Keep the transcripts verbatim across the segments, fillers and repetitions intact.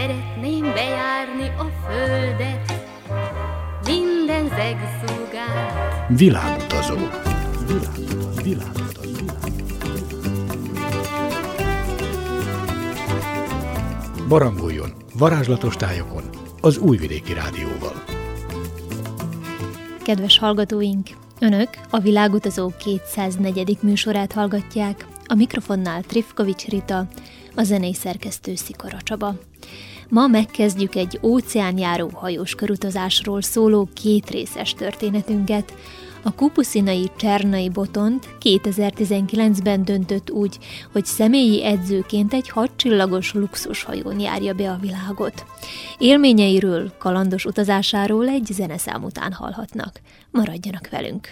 Szeretném bejárni a földet, minden zegszúgát. Világutazó. Világutazó. Világutazó. Barangoljon varázslatos tájokon az Újvidéki Rádióval. Kedves hallgatóink! Önök a Világutazó kétszáznegyedik műsorát hallgatják, a mikrofonnál Trifkovics Rita, a zenei szerkesztő Szikora Csaba. Ma megkezdjük egy óceánjáró hajós körutazásról szóló kétrészes történetünket. A kupuszinai Csernai Botont kétezer-tizenkilencben döntött úgy, hogy személyi edzőként egy hatcsillagos luxushajón járja be a világot. Élményeiről, kalandos utazásáról egy zeneszám után hallhatnak. Maradjanak velünk!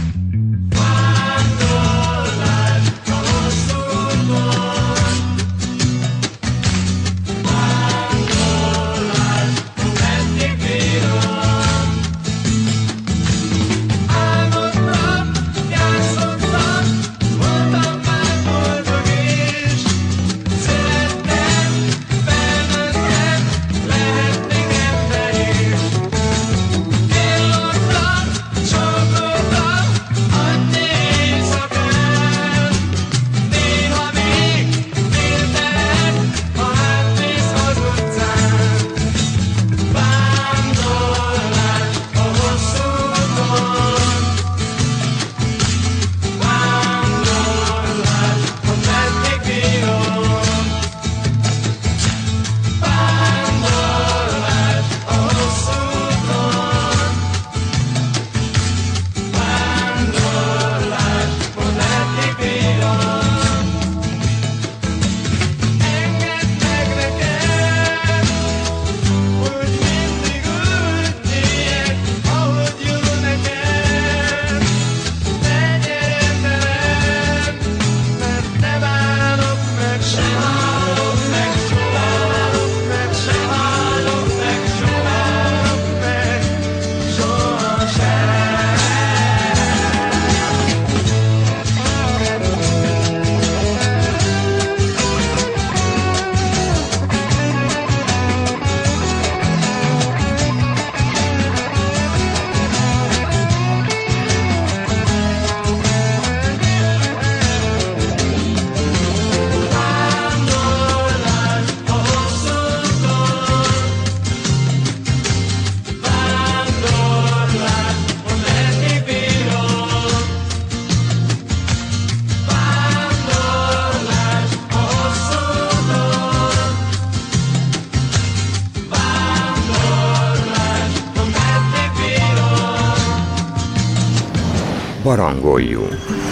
Barangoljunk!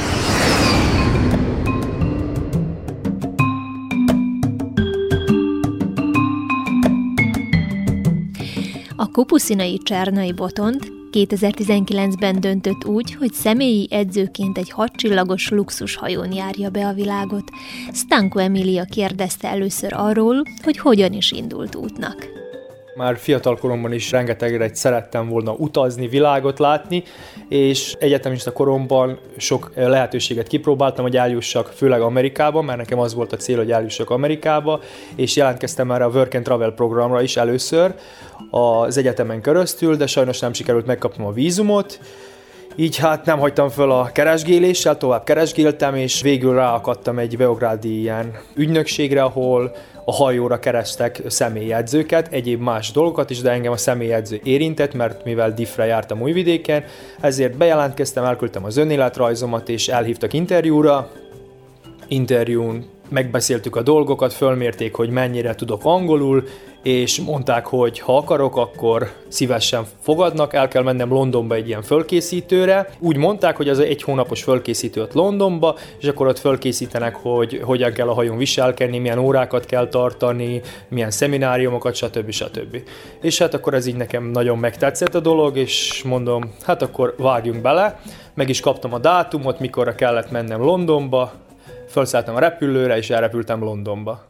A kupuszinai Csernai Botont kétezer-tizenkilencben döntött úgy, hogy személyi edzőként egy hatcsillagos luxushajón járja be a világot. Stanko Emília kérdezte először arról, hogy hogyan is indult útnak. Már fiatal koromban is rengetegre szerettem volna utazni, világot látni, és egyetemista koromban sok lehetőséget kipróbáltam, hogy eljussak főleg Amerikába, mert nekem az volt a cél, hogy eljussak Amerikába, és jelentkeztem már a Work and Travel programra is először az egyetemen keresztül, de sajnos nem sikerült megkapnom a vízumot. Így hát nem hagytam föl a keresgéléssel, tovább keresgéltem, és végül ráakadtam egy beográdi ilyen ügynökségre, ahol a hajóra kerestek személyedzőket, egyéb más dolgokat is, de engem a személyedző érintett, mert mivel difre jártam Újvidéken, ezért bejelentkeztem, elküldtem az önéletrajzomat, és elhívtak interjúra. Interjún megbeszéltük a dolgokat, fölmérték, hogy mennyire tudok angolul, és mondták, hogy ha akarok, akkor szívesen fogadnak, el kell mennem Londonba egy ilyen fölkészítőre. Úgy mondták, hogy az egy hónapos fölkészítőt Londonba, és akkor ott fölkészítenek, hogy hogyan kell a hajón viselkedni, milyen órákat kell tartani, milyen szemináriumokat, stb. stb. És hát akkor ez így nekem nagyon megtetszett a dolog, és mondom, hát akkor vágjunk bele. Meg is kaptam a dátumot, mikorra kellett mennem Londonba, felszálltam a repülőre, és elrepültem Londonba.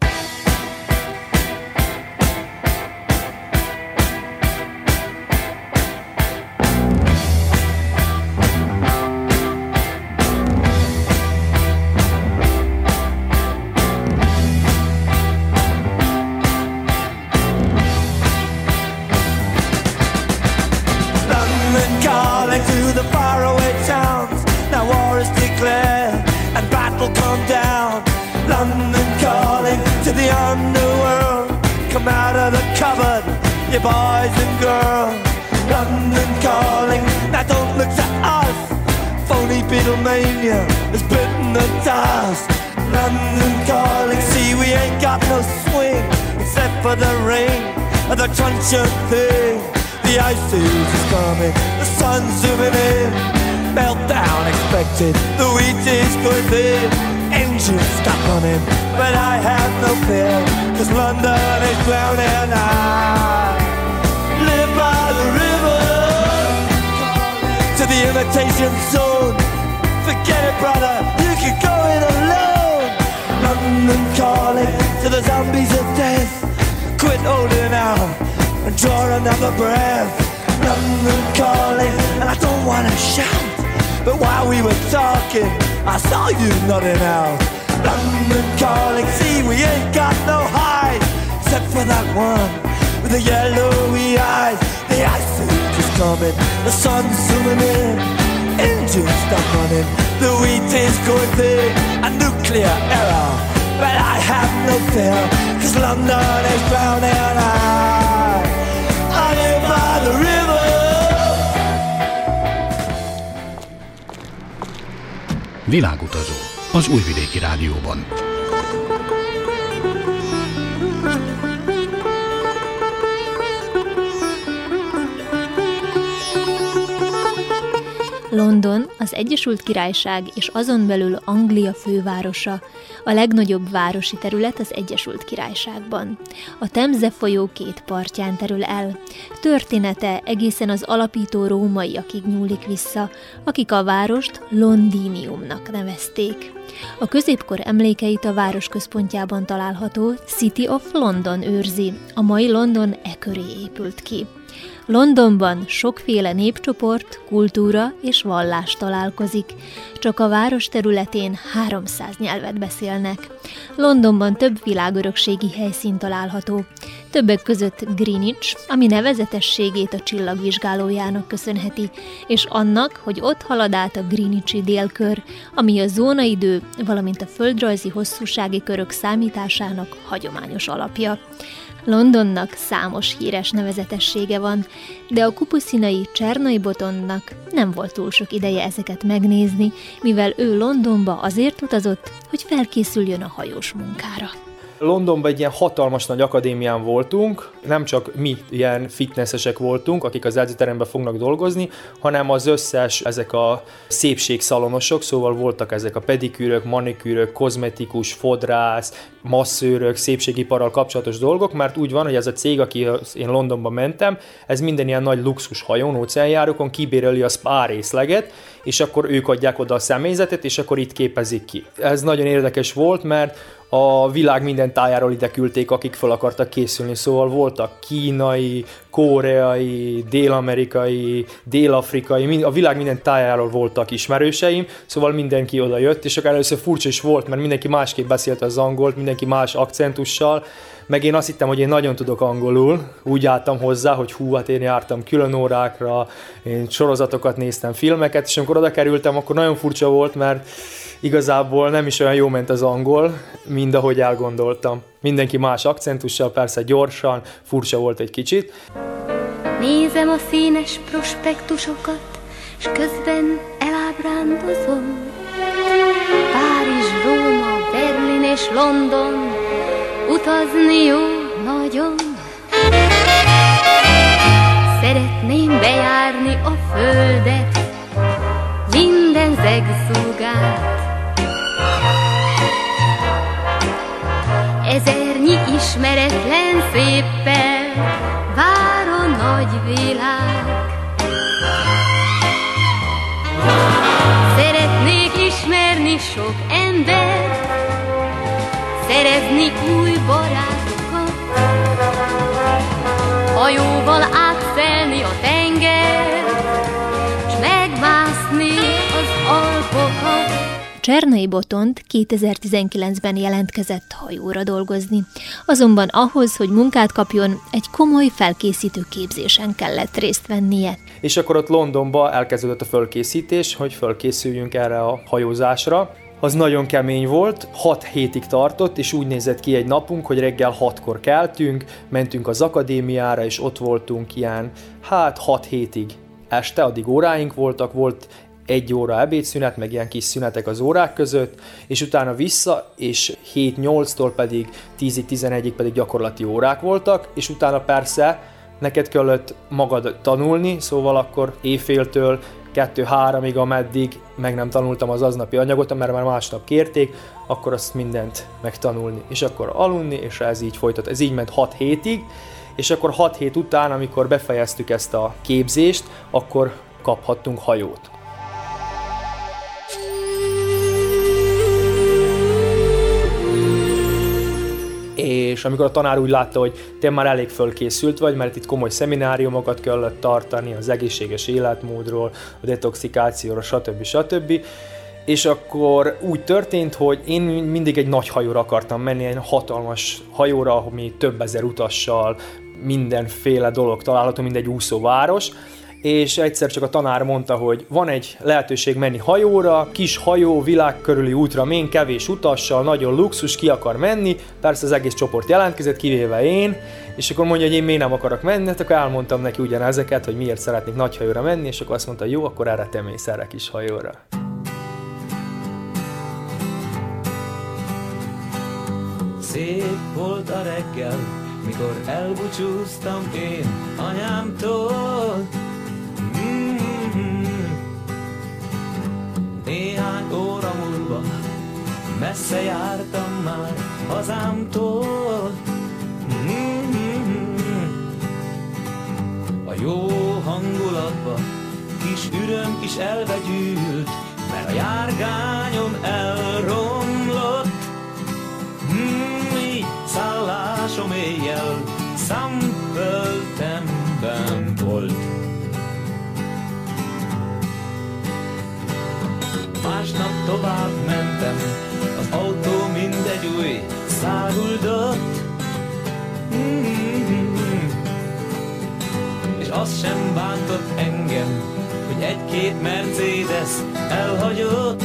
the underworld. Come out of the cupboard, you boys and girls. London calling, now don't look to us. Phony Beatlemania has bitten the dust. London calling, see we ain't got no swing except for the rain and the crunch of thing. The ice age is coming, the sun's zooming in. Meltdown expected, the wheat is going thin. Engines stop running, but I have no fear, cause London is drowning. I live by the river, to the imitation zone. Forget it, brother, you can go it alone. London calling to the zombies of death. Quit holding out and draw another breath. London calling, and I don't wanna shout, but while we were talking, I saw you nodding out. London calling, see we ain't got no hide, except for that one with the yellowy eyes. The ice age is coming, the sun's zooming in. Engines stop running, the wheat is going thin. A nuclear error, but I have no fear, cause London is drowning. I, I live by the river. Világutazó az Újvidéki Rádióban. London az Egyesült Királyság és azon belül Anglia fővárosa, a legnagyobb városi terület az Egyesült Királyságban. A Temze folyó két partján terül el. Története egészen az alapító rómaiakig nyúlik vissza, akik a várost Londiniumnak nevezték. A középkor emlékeit a város központjában található City of London őrzi, a mai London e köré épült ki. Londonban sokféle népcsoport, kultúra és vallás találkozik, csak a város területén háromszáz nyelvet beszélnek. Londonban több világörökségi helyszín található, többek között Greenwich, ami nevezetességét a csillagvizsgálójának köszönheti, és annak, hogy ott halad át a Greenwichi délkör, ami a zónaidő, valamint a földrajzi hosszúsági körök számításának hagyományos alapja. Londonnak számos híres nevezetessége van, de a kupuszinai Csernai Botondnak nem volt túl sok ideje ezeket megnézni, mivel ő Londonba azért utazott, hogy felkészüljön a hajós munkára. Londonban egy ilyen hatalmas nagy akadémián voltunk, nem csak mi ilyen fitnessesek voltunk, akik az edzőteremben fognak dolgozni, hanem az összes ezek a szépségszalonosok, szóval voltak ezek a pedikűrök, manikűrök, kozmetikus, fodrász, masszőrök, szépségiparral kapcsolatos dolgok, mert úgy van, hogy ez a cég, aki én Londonba mentem, ez minden ilyen nagy luxus hajón, óceánjárókon kibéreli a spa részleget, és akkor ők adják oda a személyzetet, és akkor itt képezik ki. Ez nagyon érdekes volt, mert a világ minden tájáról ide küldték, akik fel akartak készülni, szóval voltak kínai, koreai, dél-amerikai, dél-afrikai, a világ minden tájáról voltak ismerőseim, szóval mindenki oda jött, és akkor először furcsa is volt, mert mindenki másképp beszélte az angolt, mindenki más akcentussal, meg én azt hittem, hogy én nagyon tudok angolul, úgy álltam hozzá, hogy hú, hát én jártam külön órákra, én sorozatokat néztem, filmeket, és amikor oda kerültem, akkor nagyon furcsa volt, mert igazából nem is olyan jó ment az angol, mint ahogy elgondoltam. Mindenki más akcentussal, persze gyorsan, furcsa volt egy kicsit. Nézem a színes prospektusokat, s közben elábrándozom. Párizs, Róma, Berlin és London, utazni jó nagyon. Szeretném bejárni a földet, minden zegszúgát. Ezernyi ismeretlen széppel vár a nagy világ. Szeretnék ismerni sok embert, szerezni új barátokat, hajóval átszelni a tengert, s megmászni az Alpokat. Csernai Botond kétezer-tizenkilencben jelentkezett hajóra dolgozni, azonban ahhoz, hogy munkát kapjon, egy komoly felkészítő képzésen kellett részt vennie. És akkor ott Londonban elkezdődött a fölkészítés, hogy fölkészüljünk erre a hajózásra. az nagyon kemény volt, hat hétig tartott, és úgy nézett ki egy napunk, hogy reggel hatkor keltünk, mentünk az akadémiára, és ott voltunk ilyen, hát hat hétig este, addig óráink voltak, volt egy óra ebédszünet, meg ilyen kis szünetek az órák között, és utána vissza, és hét-nyolctól pedig tízig, tizenegyig pedig gyakorlati órák voltak, és utána persze neked kellett magad tanulni, szóval akkor éjféltől kettő-háromig, ameddig meg nem tanultam az aznapi anyagot, mert már másnap kérték, akkor azt mindent megtanulni, és akkor aludni, és ez így folytat. Ez így ment hat hétig, és akkor hat hét után, amikor befejeztük ezt a képzést, akkor kaphattunk hajót. És amikor a tanár úgy látta, hogy te már elég fölkészült vagy, mert itt komoly szemináriumokat kellett tartani az egészséges életmódról, a detoxikációról, stb. stb. És akkor úgy történt, hogy én mindig egy nagy hajóra akartam menni, egy hatalmas hajóra, ami több ezer utassal, mindenféle dolog található, mint egy úszóváros, és egyszer csak a tanár mondta, hogy van egy lehetőség menni hajóra, kis hajó, világ körüli útra mény, kevés utassal, nagyon luxus, ki akar menni, persze az egész csoport jelentkezett, kivéve én, és akkor mondja, hogy én miért nem akarok menni, hát akkor elmondtam neki ugyanezeket, hogy miért szeretnék nagy hajóra menni, és akkor azt mondta, jó, akkor erre te mész, erre kis hajóra. Szép volt a reggel, mikor elbúcsúztam én anyámtól. Mm-hmm. Néhány óra múlva messze jártam már hazámtól. Mm-hmm. A jó hangulatba kis üröm is elvegyült, mert a járgányom elromlott. Mm, így szállásom éjjel Szamföldemben volt. Másnap tovább mentem, az autó mindegy új száguldott. Mm-hmm. És az sem bántott engem, hogy egy-két Mercedes elhagyott.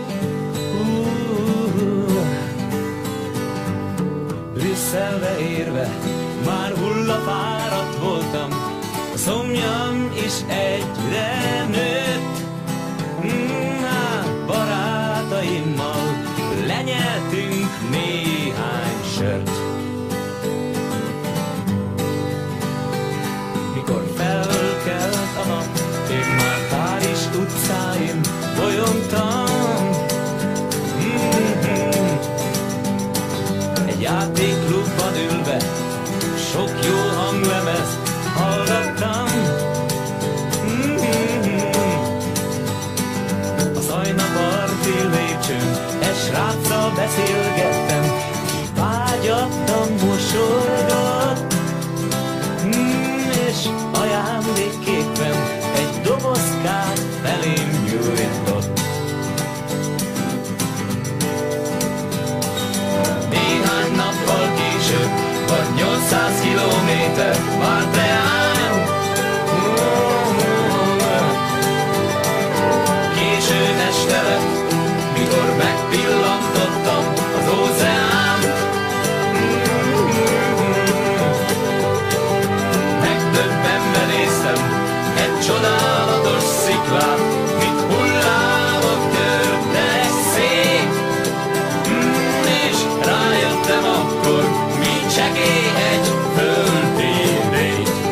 Uh-huh. Brüsszelbe érve már hullafáradt voltam, a szomjam is egyre nőtt. Mm, barátaimmal lenyeltünk néhány sört. Mikor felkelt a nap, én már Párizs utcáin bolyongtam. Mm-hmm. Egy játékklubban ülve sok jó hanglemezt hallgattam. Mm-hmm. A Szajna parti lépcsőn egy sráccal beszélgettem, ki vágyattam, mosolygott. Mm, és ajándékképpen egy dobozkát felém nyújtott. Néhány nappal később, vagy nyolcszáz kilométer várt reám. Későn este lett, mikor megpillantottam az óceánt. Megdöbbenve néztem egy csodálatos sziklát, mint hullámok törtek szét. És rájöttem akkor, mint csekély egy földi rét.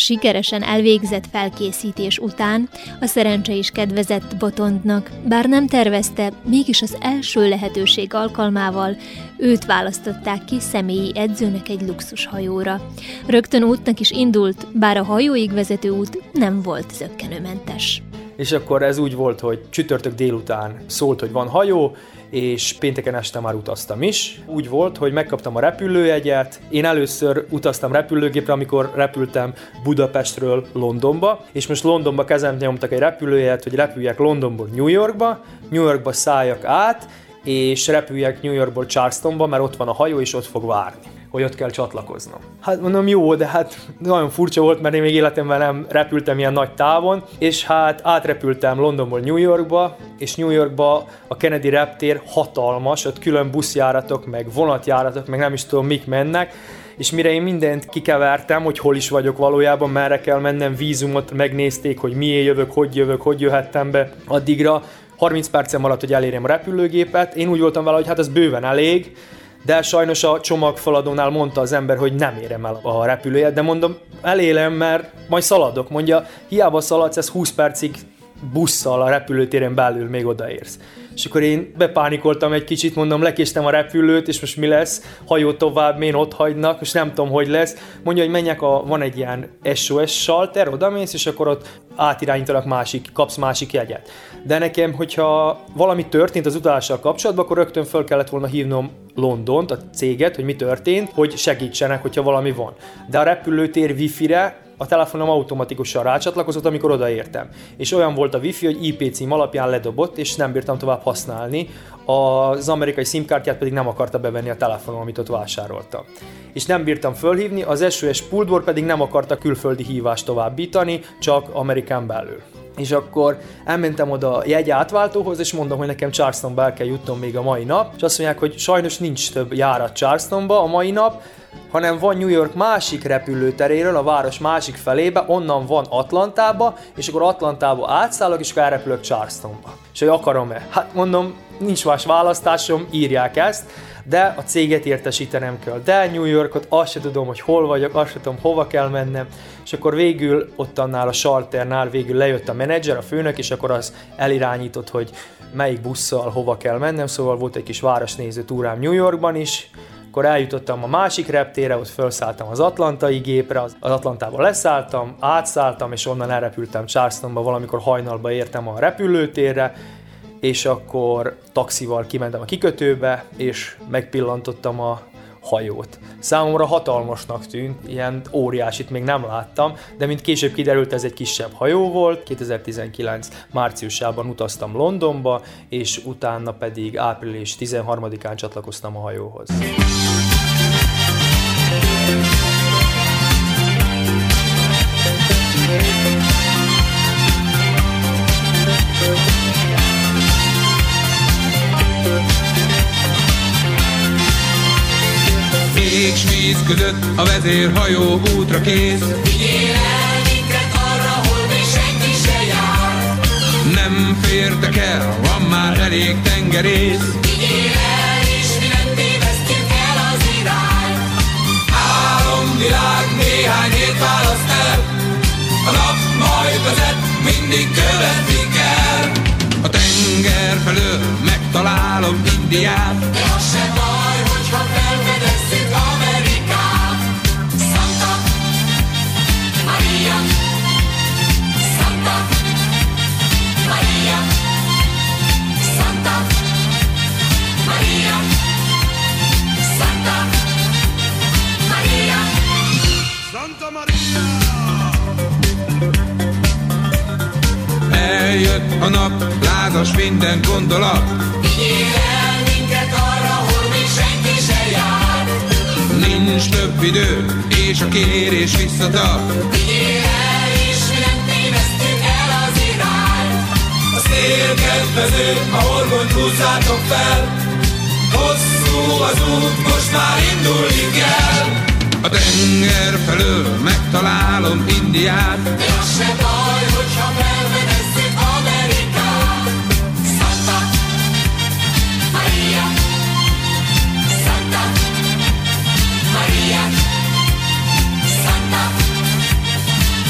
sikeresen elvégzett felkészítés után a szerencse is kedvezett Botondnak, bár nem tervezte, mégis az első lehetőség alkalmával őt választották ki személyi edzőnek egy luxushajóra. Rögtön útnak is indult, bár a hajóig vezető út nem volt zökkenőmentes. És akkor ez úgy volt, hogy csütörtök délután szólt, hogy van hajó, és pénteken este már utaztam is. Úgy volt, hogy megkaptam a repülőjegyet. Én először utaztam repülőgépre, amikor repültem Budapestről Londonba, és most Londonba kezem nyomtak egy repülőjegyet, hogy repüljek Londonból New Yorkba, New Yorkba szálljak át, és repüljek New Yorkból Charlestonba, mert ott van a hajó, és ott fog várni, hogy ott kell csatlakoznom. Hát mondom, jó, de hát nagyon furcsa volt, mert én még életemben nem repültem ilyen nagy távon, és hát átrepültem Londonból New Yorkba, és New Yorkba a Kennedy reptér hatalmas, ott külön buszjáratok, meg vonatjáratok, meg nem is tudom mik mennek, és mire én mindent kikevertem, hogy hol is vagyok valójában, merre kell mennem, vízumot megnézték, hogy miért jövök, hogy jövök, hogy jöhettem be, addigra harminc percen maradt, hogy elérjem a repülőgépet. Én úgy voltam vele, hogy hát ez bőven elég, de sajnos a csomagfaladónál mondta az ember, hogy nem érem el a repülőjét, de mondom, elélem, mert majd szaladok. Mondja, hiába szaladsz, ez húsz percig busszal a repülőtéren belül még odaérsz. És akkor én bepánikoltam egy kicsit, mondom, lekéstem a repülőt, és most mi lesz? Hajó tovább, én ott hagynak, és nem tudom, hogy lesz. Mondja, hogy menjek, a, van egy ilyen es o es salter, odamész, és akkor ott átirányítanak másik, kapsz másik jegyet. De nekem, hogyha valami történt az utazással kapcsolatban, akkor rögtön föl kellett volna hívnom Londont, a céget, hogy mi történt, hogy segítsenek, hogyha valami van. De a repülőtér wifi-re a telefonom automatikusan rácsatlakozott, amikor odaértem. És olyan volt a wifi, hogy i pé cím alapján ledobott, és nem bírtam tovább használni. Az amerikai SIM-kártyát pedig nem akarta bevenni a telefonom, amit ott vásároltam. És nem bírtam fölhívni, az es o es pultból pedig nem akarta külföldi hívást továbbítani, csak Amerikán belül. És akkor elmentem oda a jegy átváltóhoz, és mondom, hogy nekem Charlestonba el kell jutnom még a mai nap, és azt mondják, hogy sajnos nincs több járat Charlestonba a mai nap, hanem van New York másik repülőteréről, a város másik felébe, onnan van Atlantába, és akkor Atlantába átszállok, és akkor elrepülök Charlestonba. És hogy akarom-e? Hát mondom, nincs más választásom, írják ezt, de a céget értesítenem kell. De New Yorkot, azt se tudom, hogy hol vagyok, azt se tudom, hova kell mennem. És akkor végül ott annál a charternál végül lejött a menedzser, a főnök, és akkor az elirányított, hogy melyik busszal hova kell mennem, szóval volt egy kis városnéző túrám New Yorkban is. Akkor eljutottam a másik reptérre, ott felszálltam az atlantai gépre, az Atlantában leszálltam, átszálltam, és onnan elrepültem Charlestonba, valamikor hajnalba értem a repülőtérre, és akkor taxival kimentem a kikötőbe, és megpillantottam a hajót. Számomra hatalmasnak tűnt, ilyen óriásit még nem láttam, de mint később kiderült, ez egy kisebb hajó volt. kétezer-tizenkilenc márciusában utaztam Londonba, és utána pedig április tizenharmadikán csatlakoztam a hajóhoz. Ég s víz között a vezérhajó útra kész. Vigyél el minket arra, hol még senki se jár. Nem fértek el, van már elég tengerész. Vigyél el, és mi nem tévesztjük el az irányt. Álomvilág néhány hét választ el. A nap majd vezet, mindig követni kell. A tenger felől megtalálom Indiát. De az se baj, hogyha felfedezzük Amerikát. Santa Maria, Santa Maria, Santa Maria, Santa Maria, Santa Maria! Eljött a nap, lázas minden gondolat. vigyél el minket arra, hol még senki se jár. Nincs több idő, és a kérés visszatart. Vigyél el, és mi nem tévesztjük el az irányt. A szél kedvező, a horgont húzzátok fel. Hosszú az út, most már indulni kell. A tenger felől megtalálom Indiát. De az se baj, hogyha felfedezzük Amerikát. Santa Maria, Santa Maria, Santa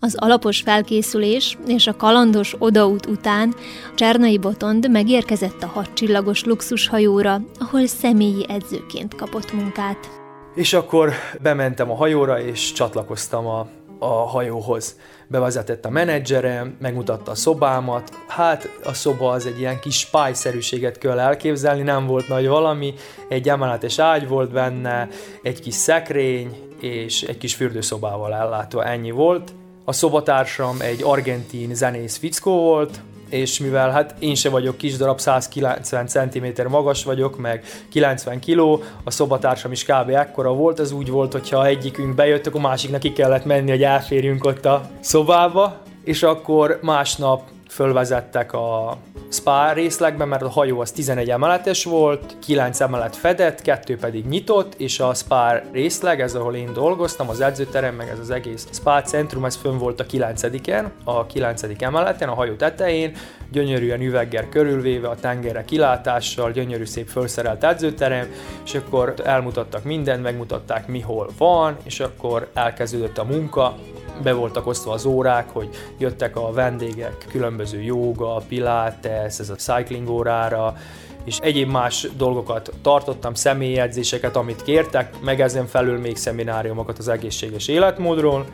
Az alapos felkészülés és a kalandos odaút után Csernai Botond megérkezett a hatcsillagos luxushajóra, ahol személyi edzőként kapott munkát. És akkor bementem a hajóra, és csatlakoztam a, a hajóhoz. Bevezetett a menedzserem, megmutatta a szobámat. Hát a szoba az egy ilyen kis spájszerűséget kell elképzelni, nem volt nagy valami. Egy emeletes ágy volt benne, egy kis szekrény, és egy kis fürdőszobával ellátva, ennyi volt. A szobatársam egy argentin zenész fickó volt, és mivel hát én se vagyok kis darab, száz kilencven centiméter magas vagyok, meg kilencven kiló, a szobatársam is kb. Ekkora volt, az úgy volt, hogyha egyikünk bejött, akkor másiknak ki kellett menni, hogy elférjünk ott a szobába, és akkor másnap fölvezettek a spa részlegbe, mert a hajó az tizenegy emeletes volt, kilenc emelet fedett, kettő pedig nyitott, és a spa részleg, ez ahol én dolgoztam, az edzőterem, meg ez az egész spa centrum, ez fönn volt a kilencediken, a kilencedik emeleten, a hajó tetején, gyönyörűen üveggel körülvéve, a tengerre kilátással, gyönyörű szép fölszerelt edzőterem, és akkor elmutattak mindent, megmutatták mi hol van, és akkor elkezdődött a munka. Be voltak osztva az órák, hogy jöttek a vendégek különböző jóga, pilates, ez a cycling órára, és egyéb más dolgokat tartottam, személyedzéseket, amit kértek, meg ezen felül még szemináriumokat az egészséges életmódról.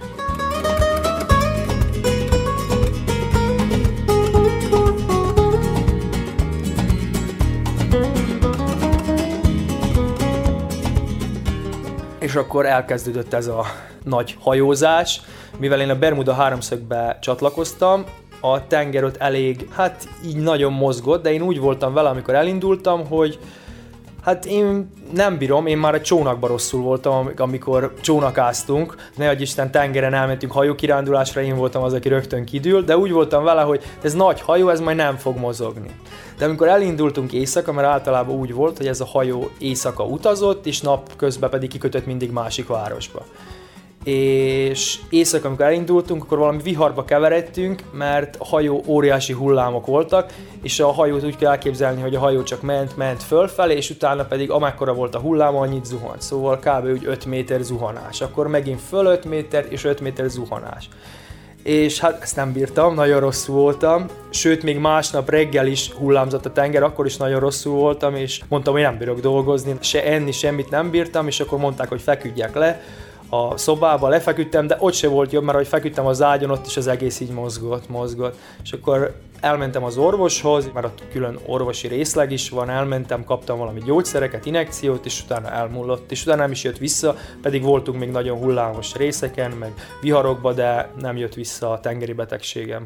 És akkor elkezdődött ez a nagy hajózás, mivel én a Bermuda háromszögbe csatlakoztam, a tenger ott elég, hát így nagyon mozgott, de én úgy voltam vele, amikor elindultam, hogy hát én nem bírom, én már a csónakban rosszul voltam, amikor csónakáztunk, ne adj Isten, tengeren elmentünk hajókirándulásra, én voltam az, aki rögtön kidül, de úgy voltam vele, hogy ez nagy hajó, ez majd nem fog mozogni. De amikor elindultunk éjszaka, mert általában úgy volt, hogy ez a hajó éjszaka utazott, és napközben pedig kikötött mindig másik városba. És éjszaka, amikor elindultunk, akkor valami viharba keveredtünk, mert a hajó óriási hullámok voltak, és a hajót úgy kell elképzelni, hogy a hajó csak ment, ment fölfelé, és utána pedig amekkora volt a hullám, annyit zuhant. Szóval kb. Úgy öt méter zuhanás. Akkor megint föl öt méter, és öt méter zuhanás. És hát ezt nem bírtam, nagyon rosszul voltam, sőt még másnap reggel is hullámzott a tenger, akkor is nagyon rosszul voltam, és mondtam, hogy nem bírok dolgozni, se enni, semmit nem bírtam, és akkor mondták, hogy feküdjek le a szobába, lefeküdtem, de ott se volt jobb, mert ahogy feküdtem az ágyon, ott is az egész így mozgott, mozgott. És akkor elmentem az orvoshoz, mert ott külön orvosi részleg is van, elmentem, kaptam valami gyógyszereket, injekciót, és utána elmullott, és utána nem is jött vissza, pedig voltunk még nagyon hullámos részeken, meg viharokba, de nem jött vissza a tengeri betegségem.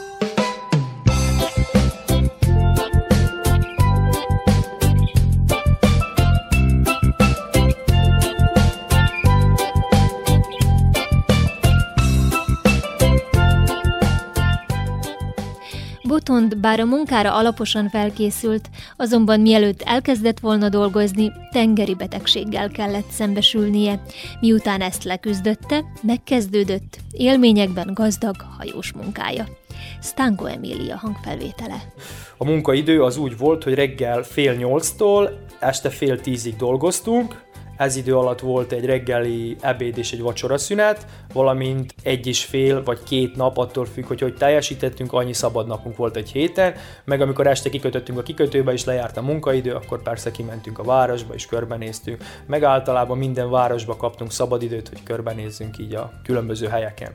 Botond bár a munkára alaposan felkészült, azonban mielőtt elkezdett volna dolgozni, tengeri betegséggel kellett szembesülnie. Miután ezt leküzdötte, megkezdődött élményekben gazdag hajós munkája. Stanko Emília hangfelvétele. A munkaidő az úgy volt, hogy reggel fél nyolctól este fél tízig dolgoztunk. Ez idő alatt volt egy reggeli, ebéd és egy vacsora szünet, valamint egy és fél vagy két nap, attól függ, hogy hogy teljesítettünk, annyi szabad napunk volt egy héten, meg amikor este kikötöttünk a kikötőbe és lejárt a munkaidő, akkor persze kimentünk a városba és körbenéztünk, meg általában minden városba kaptunk szabadidőt, hogy körbenézzünk így a különböző helyeken.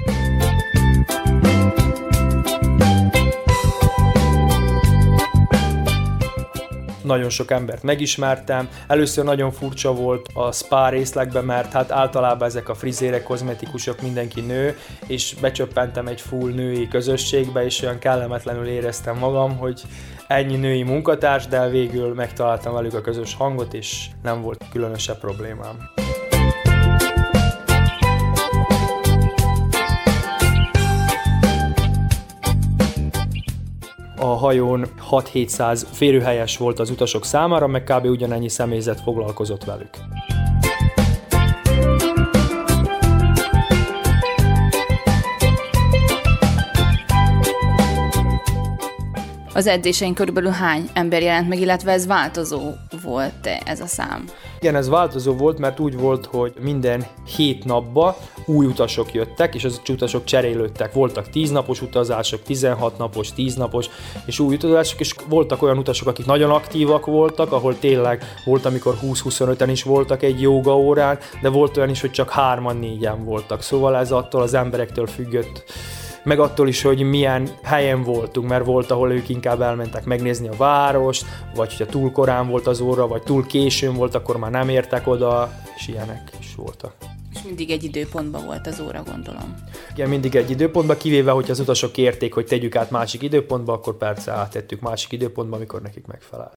Nagyon sok embert megismertem. Először nagyon furcsa volt a spa részlegben, mert hát általában ezek a frizérek, kozmetikusok, mindenki nő, és becsöppentem egy full női közösségbe, és olyan kellemetlenül éreztem magam, hogy ennyi női munkatárs, de végül megtaláltam velük a közös hangot, és nem volt különösebb problémám. A hajón hat-hétszáz férőhelyes volt az utasok számára, meg kb. Ugyanennyi személyzet foglalkozott velük. Az edzésein körülbelül hány ember jelent meg, illetve ez változó volt ez a szám? Igen, ez változó volt, mert úgy volt, hogy minden hét napban új utasok jöttek, és az utasok cserélődtek. Voltak tíz napos utazások, tizenhat napos, tíz napos, és új utazások, és voltak olyan utasok, akik nagyon aktívak voltak, ahol tényleg volt, amikor húsz-huszonöten is voltak egy jóga órán, de volt olyan is, hogy csak hárman, négyen voltak. Szóval ez attól az emberektől függött, meg attól is, hogy milyen helyen voltunk, mert volt, ahol ők inkább elmentek megnézni a várost, vagy hogyha túl korán volt az óra, vagy túl későn volt, akkor már nem értek oda, és ilyenek is voltak. És mindig egy időpontban volt az óra, gondolom. Igen, mindig egy időpontban, kivéve, hogy az utasok kérték, hogy tegyük át másik időpontba, akkor persze áttettük másik időpontba, amikor nekik megfelel.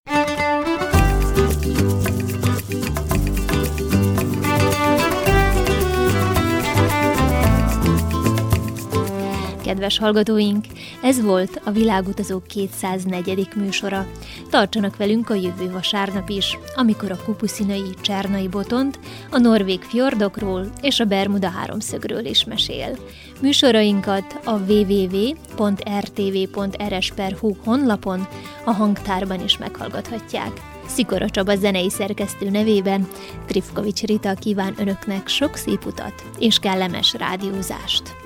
Kedves hallgatóink, ez volt a Világutazók kétszáznegyedik műsora. Tartsanak velünk a jövő vasárnap is, amikor a kupuszinai Csernai Botont, a norvég fjordokról és a Bermuda háromszögről is mesél. Műsorainkat a double-u double-u double-u pont r t v pont r s pont h u honlapon, a hangtárban is meghallgathatják. Szikora Csaba zenei szerkesztő nevében Trifkovics Rita kíván önöknek sok szép utat és kellemes rádiózást.